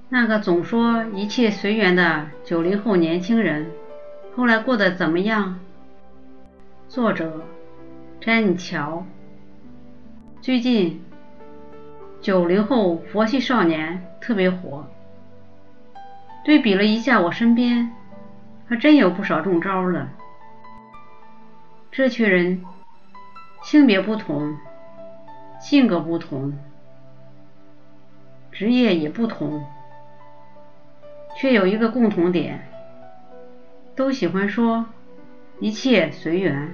那个总说一切随缘的90后年轻人，后来过得怎么样？作者詹乔。最近90后佛系少年特别火，对比了一下我身边，还真有不少中招的。这群人性别不同，性格不同，职业也不同，却有一个共同点，都喜欢说一切随缘。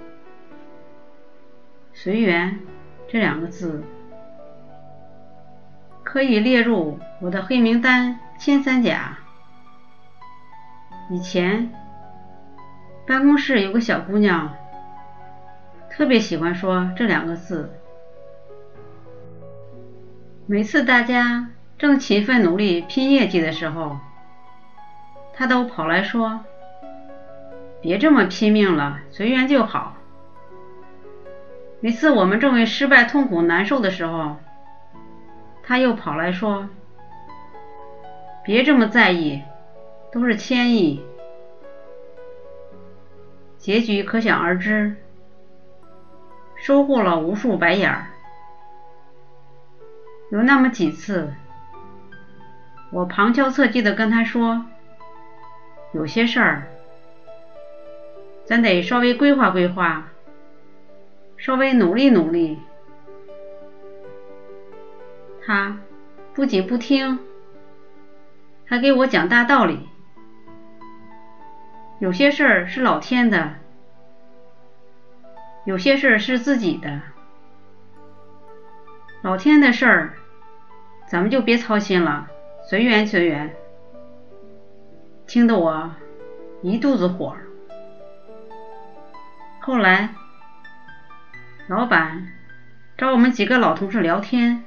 随缘这2个字可以列入我的黑名单前3甲。以前办公室有个小姑娘特别喜欢说这2个字，每次大家正勤奋努力拼业绩的时候，她都跑来说别这么拼命了，随缘就好。每次我们正为失败痛苦难受的时候，她又跑来说别这么在意，都是谦意。结局可想而知，收获了无数白眼儿。有那么几次，我旁敲侧击地跟她说，有些事儿咱得稍微规划规划，稍微努力努力。他不仅不听，还给我讲大道理。有些事儿是老天的，有些事儿是自己的。老天的事儿咱们就别操心了，随缘随缘。听得我一肚子火。后来老板找我们几个老同事聊天，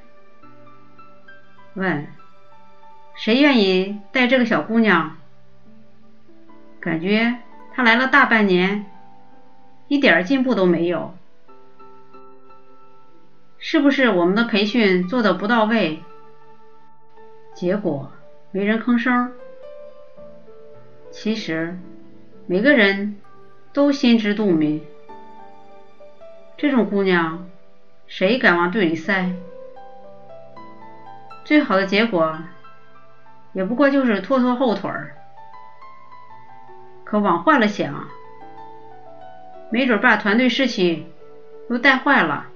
问谁愿意带这个小姑娘，感觉她来了大半年，一点进步都没有，是不是我们的培训做得不到位？结果没人吭声。其实每个人都心知肚明，这种姑娘谁敢往队里塞？最好的结果也不过就是拖拖后腿儿。可往坏了想，没准把团队士气都带坏了。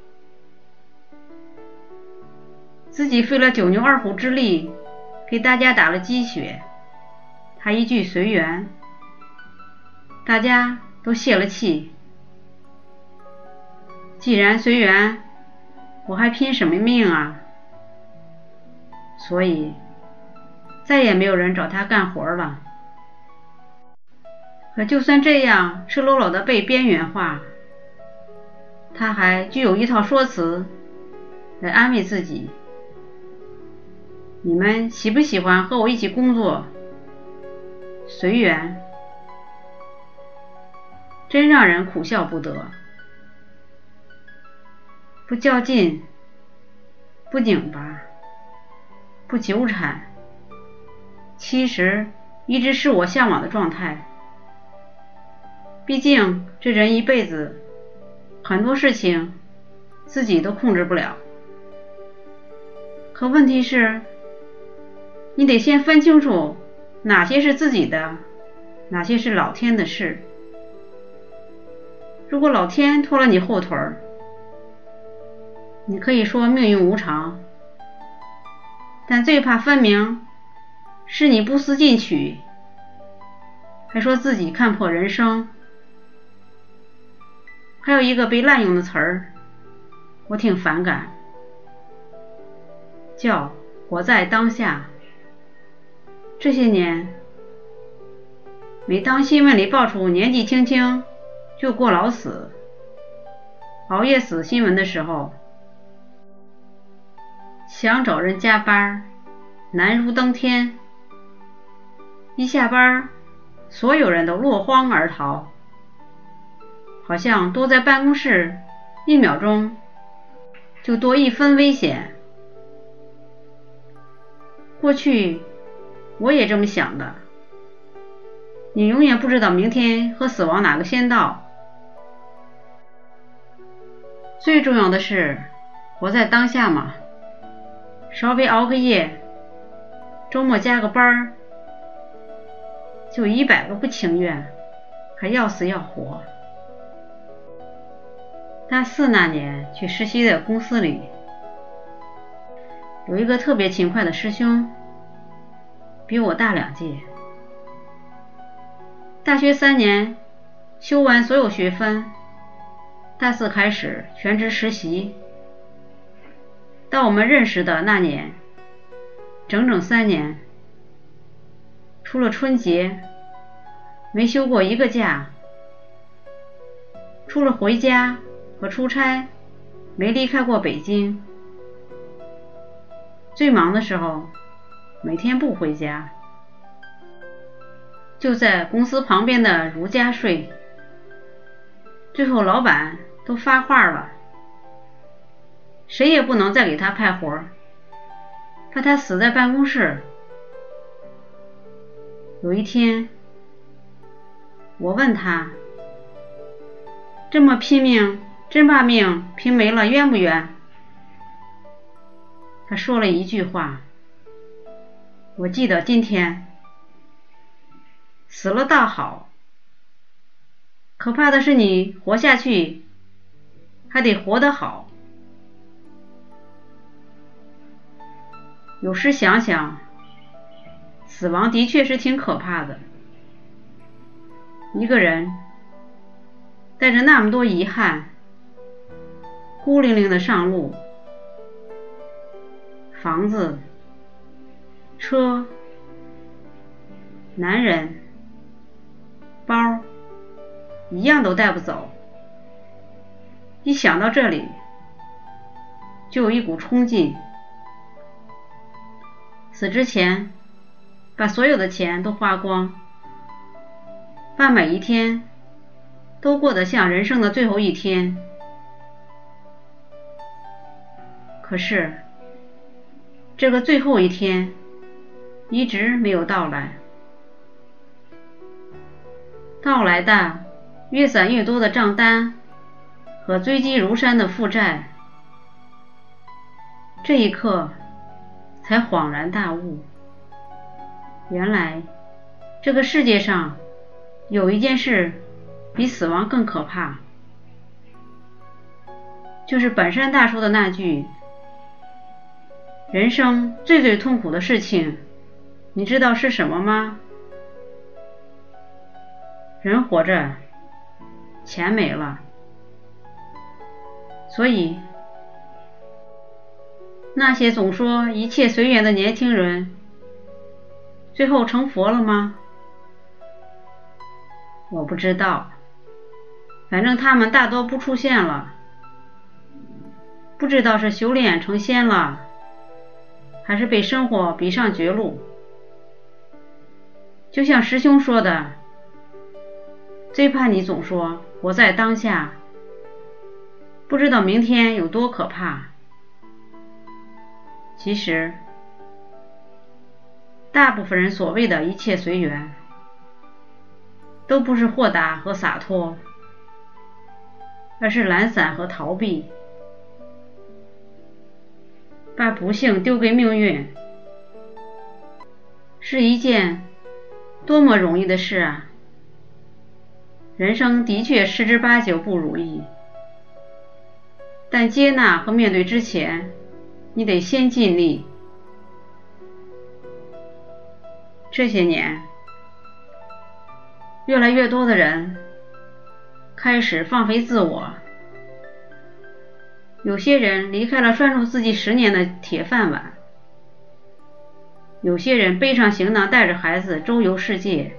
自己费了9牛2虎之力给大家打了鸡血，他一句随缘，大家都泄了气。既然随缘，我还拼什么命啊？所以再也没有人找他干活了。可就算这样赤裸裸的被边缘化，他还具有一套说辞来安慰自己。你们喜不喜欢和我一起工作？随缘。真让人苦笑不得。不较劲，不拧巴，不纠缠，其实一直是我向往的状态。毕竟这人一辈子，很多事情自己都控制不了。可问题是，你得先分清楚哪些是自己的，哪些是老天的事。如果老天拖了你后腿儿，你可以说命运无常，但最怕分明是你不思进取，还说自己看破人生。还有一个被滥用的词儿，我挺反感，叫活在当下。这些年，每当新闻里爆出年纪轻轻就过劳死、熬夜死新闻的时候，想找人加班难如登天。一下班，所有人都落荒而逃，好像多在办公室1秒钟就多1分危险。过去我也这么想的。你永远不知道明天和死亡哪个先到。最重要的是活在当下嘛，稍微熬个夜，周末加个班，就100个不情愿，还要死要活。大4那年去实习的公司里，有一个特别勤快的师兄，比我大2届。大学3年修完所有学分，大4开始全职实习。到我们认识的那年，整整3年，除了春节没休过1个假，除了回家和出差没离开过北京。最忙的时候每天不回家，就在公司旁边的如家睡。最后老板都发话了，谁也不能再给他派活，怕他死在办公室。有一天我问他，这么拼命真把命拼没了冤不冤？他说了一句话，我记得今天，死了倒好，可怕的是你活下去还得活得好。有时想想，死亡的确是挺可怕的。一个人带着那么多遗憾，孤零零的上路，房子、车、男人、包一样都带不走。一想到这里，就有一股冲劲。死之前把所有的钱都花光，把每一天都过得像人生的最后一天。可是这个最后一天一直没有到来，到来的越攒越多的账单和堆积如山的负债。这一刻才恍然大悟，原来这个世界上有一件事比死亡更可怕，就是本山大叔的那句，人生最痛苦的事情你知道是什么吗？人活着，钱没了。所以那些总说一切随缘的年轻人，最后成佛了吗？我不知道，反正他们大多不出现了。不知道是修炼成仙了，还是被生活逼上绝路。就像师兄说的，最怕你总说活在当下，不知道明天有多可怕。其实大部分人所谓的一切随缘，都不是豁达和洒脱，而是懒散和逃避，把不幸丢给命运，是一件多么容易的事啊！人生的确10之8九不如意，但接纳和面对之前，你得先尽力。这些年，越来越多的人开始放飞自我，有些人离开了拴住自己10年的铁饭碗，有些人背上行囊带着孩子周游世界。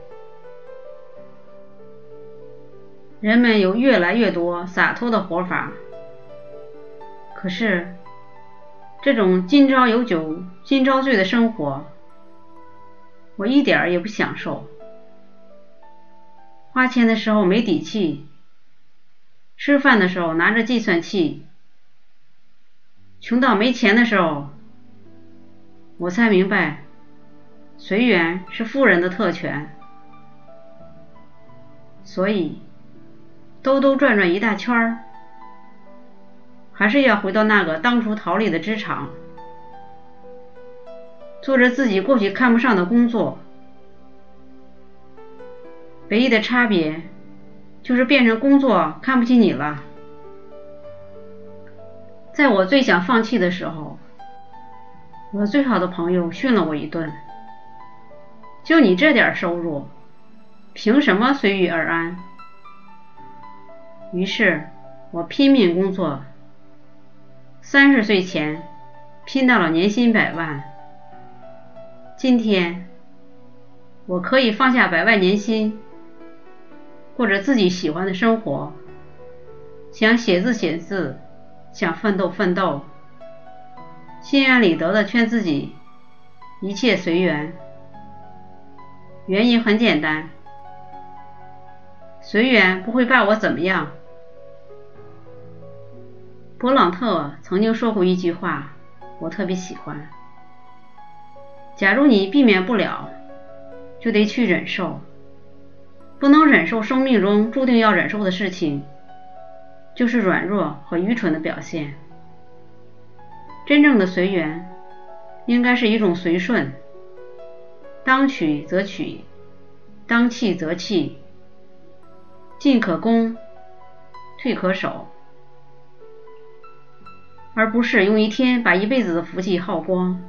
人们有越来越多洒脱的活法，可是这种今朝有酒今朝醉的生活，我一点也不享受。花钱的时候没底气，吃饭的时候拿着计算器，穷到没钱的时候，我才明白随缘是富人的特权，所以兜兜转转一大圈还是要回到那个当初逃离的职场，做着自己过去看不上的工作。唯一的差别就是变成工作看不起你了。在我最想放弃的时候，我最好的朋友训了我一顿，就你这点收入，凭什么随遇而安？于是我拼命工作，30岁前拼到了年薪100万。今天我可以放下100万年薪，过着自己喜欢的生活，想写字写字，想奋斗奋斗，心安理得地劝自己一切随缘。原因很简单，随缘不会把我怎么样。勃朗特曾经说过一句话，我特别喜欢：假如你避免不了，就得去忍受。不能忍受生命中注定要忍受的事情，就是软弱和愚蠢的表现。真正的随缘应该是一种随顺，当取则取，当弃则弃，进可攻，退可守，而不是用一天把一辈子的福气耗光。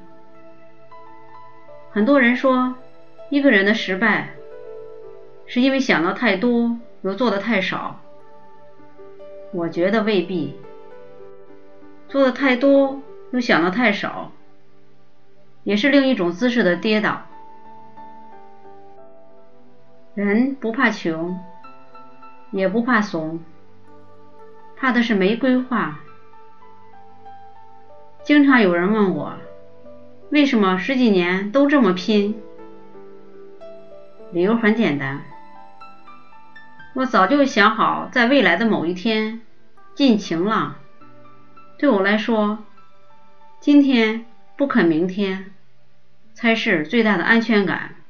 很多人说一个人的失败是因为想得太多又做得太少，我觉得未必。做得太多又想得太少，也是另一种姿势的跌倒。人不怕穷，也不怕怂，怕的是没规划。经常有人问我，为什么10几年都这么拼？理由很简单，我早就想好在未来的某一天尽情了。对我来说，今天不肯明天才是最大的安全感。